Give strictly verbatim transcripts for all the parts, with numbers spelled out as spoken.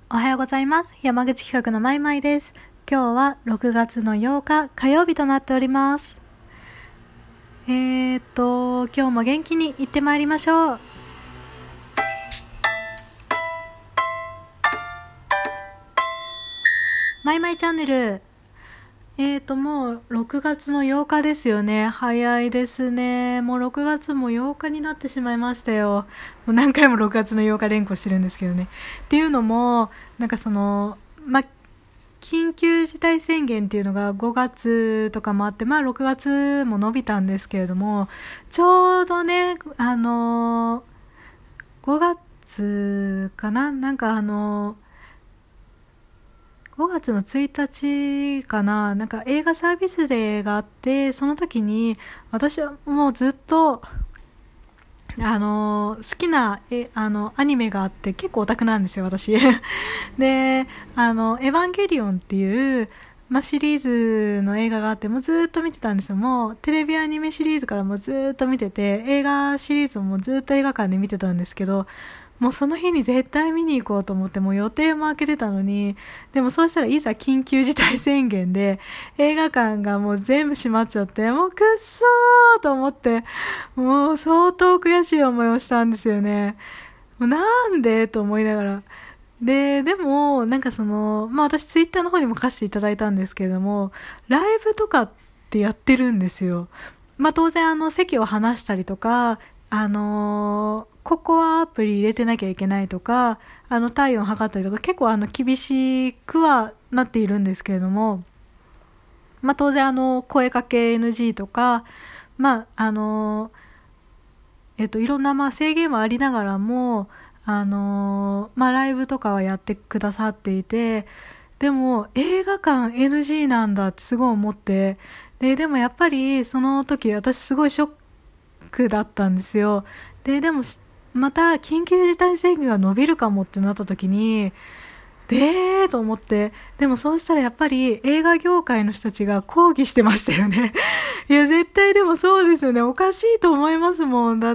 おはようございます。山口企画のまいまいです。今日はろくがつのようか火曜日となっております。えーっと、今日も元気に行ってまいりましょう。まいまいチャンネル。えーと、もうろくがつのようかですよね。早いですね。もうろくがつもようかになってしまいましたよ。もう何回もろくがつのようか連呼してるんですけどね。っていうのも、なんかその、ま、緊急事態宣言っていうのがごがつとかもあって、まあろくがつも伸びたんですけれども、ちょうどね、あの、ごがつかななんかあの、ごがつのついたちかななんか映画サービスデーがあって、その時に私はもうずっとあの好きなえあのアニメがあって、結構オタクなんですよ私で、あのエヴァンゲリオンっていうまあ、シリーズの映画があって、もうずっと見てたんですよ。もうテレビアニメシリーズからもずっと見てて、映画シリーズもずっと映画館で見てたんですけど、もうその日に絶対見に行こうと思って、もう予定も開けてたのに、でもそうしたらいざ緊急事態宣言で映画館がもう全部閉まっちゃって、もうくっそーと思って、もう相当悔しい思いをしたんですよね。もうなんでと思いながら。で、でも、なんかその、まあ私ツイッターの方にも書かせていただいたんですけれども、ライブとかってやってるんですよ。まあ当然あの席を離したりとか、あのー、ココアアプリ入れてなきゃいけないとか、あの体温測ったりとか、結構あの厳しくはなっているんですけれども、まあ当然あの声かけ エヌジー とか、まああのー、えっといろんなまあ制限はありながらも、あのー、まあ、ライブとかはやってくださっていて、でも映画館 エヌジー なんだってすごい思って、で、でもやっぱりその時私すごいショックだったんですよ。で、でもまた緊急事態宣言が伸びるかもってなった時に、でーと思って、でもそうしたらやっぱり映画業界の人たちが抗議してましたよね。いや、絶対でもそうですよね。おかしいと思いますもん。だって、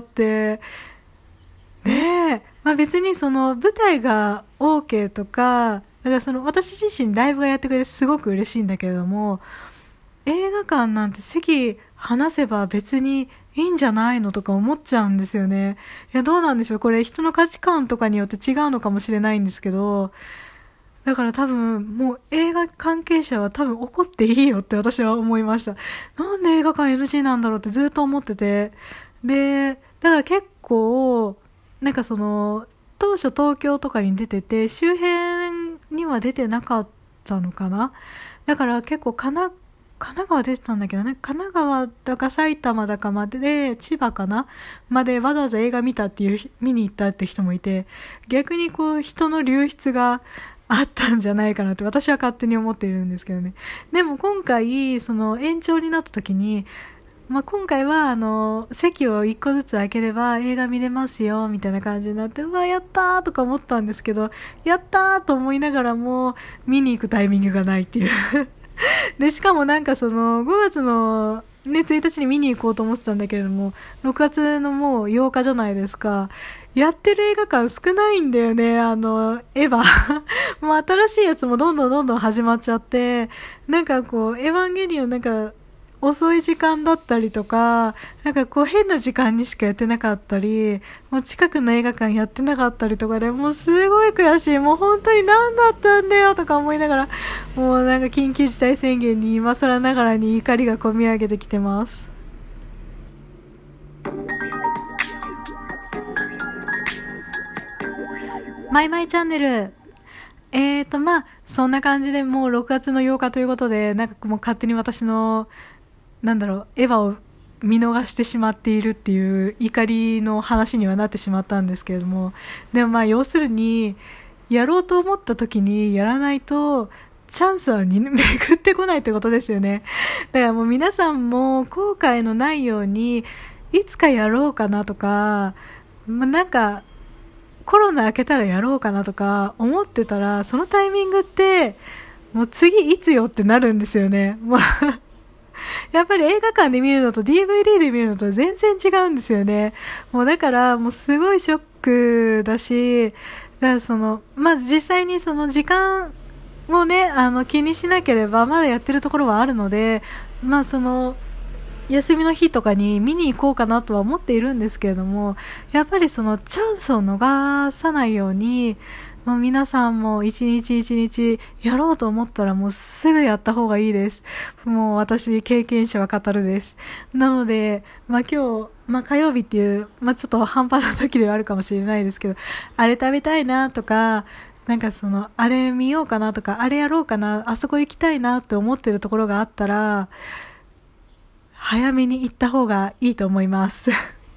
ねえ、まあ別にその舞台が OK とか、だからその私自身ライブがやってくれてすごく嬉しいんだけれども、映画館なんて席離せば別にいいんじゃないのとか思っちゃうんですよね。いや、どうなんでしょう。これ人の価値観とかによって違うのかもしれないんですけど、だから多分もう映画関係者は多分怒っていいよって私は思いました。なんで映画館 エヌジー なんだろうってずっと思ってて。で、だから結構、なんかその当初東京とかに出てて周辺には出てなかったのかな。だから結構神奈神奈川出てたんだけどね、神奈川だか埼玉だかまでで千葉かなまでわざわざ映画見たっていう見に行ったって人もいて、逆にこう人の流出があったんじゃないかなって私は勝手に思っているんですけどね。でも今回その延長になった時に、まあ、今回はあの席をいっこずつ空ければ映画見れますよみたいな感じになって、うわやったーとか思ったんですけど、やったーと思いながらも見に行くタイミングがないっていうでしかもなんかそのごがつのねついたちに見に行こうと思ってたんだけれども、ろくがつのもうようかじゃないですか。やってる映画館少ないんだよね。あのエヴァもう新しいやつもどんどんどんどん始まっちゃって、なんかこうエヴァンゲリオンなんか遅い時間だったりとか、なんかこう変な時間にしかやってなかったり、もう近くの映画館やってなかったりとかで、もうすごい悔しい。もう本当に何だったんだよとか思いながら、もうなんか緊急事態宣言に今更ながらに怒りがこみ上げてきてます。マイマイチャンネル。えーとまあそんな感じでもうろくがつのようかということで、なんかもう勝手に私のなんだろうエヴァを見逃してしまっているっていう怒りの話にはなってしまったんですけれども、でもまあ要するにやろうと思った時にやらないとチャンスはに巡ってこないってことですよね。だからもう皆さんも後悔のないようにいつかやろうかなとか、まあ、なんかコロナ明けたらやろうかなとか思ってたら、そのタイミングってもう次いつよってなるんですよね。もうやっぱり映画館で見るのと ディーブイディー で見るのと全然違うんですよね。もうだからもうすごいショックだし、 からその、まあ、実際にその時間をね、あの、気にしなければ、まだやってるところはあるので、まあ、その、休みの日とかに見に行こうかなとは思っているんですけれども、やっぱりそのチャンスを逃さないように、もう皆さんも一日一日やろうと思ったらもうすぐやった方がいいです。もう私経験者は語るです。なので、まあ今日、まあ火曜日っていう、まあちょっと半端な時ではあるかもしれないですけど、あれ食べたいなとか、なんかその、あれ見ようかなとか、あれやろうかな、あそこ行きたいなって思ってるところがあったら、早めに行った方がいいと思います。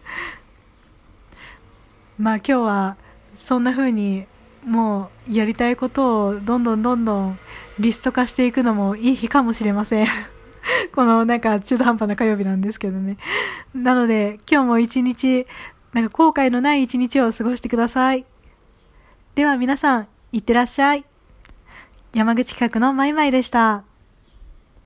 まあ今日はそんな風にもうやりたいことをどんどんどんどんリスト化していくのもいい日かもしれません。このなんか中途半端な火曜日なんですけどね。なので今日も一日、なんか後悔のない一日を過ごしてください。では皆さん、いってらっしゃい。山口企画のまいまいでした。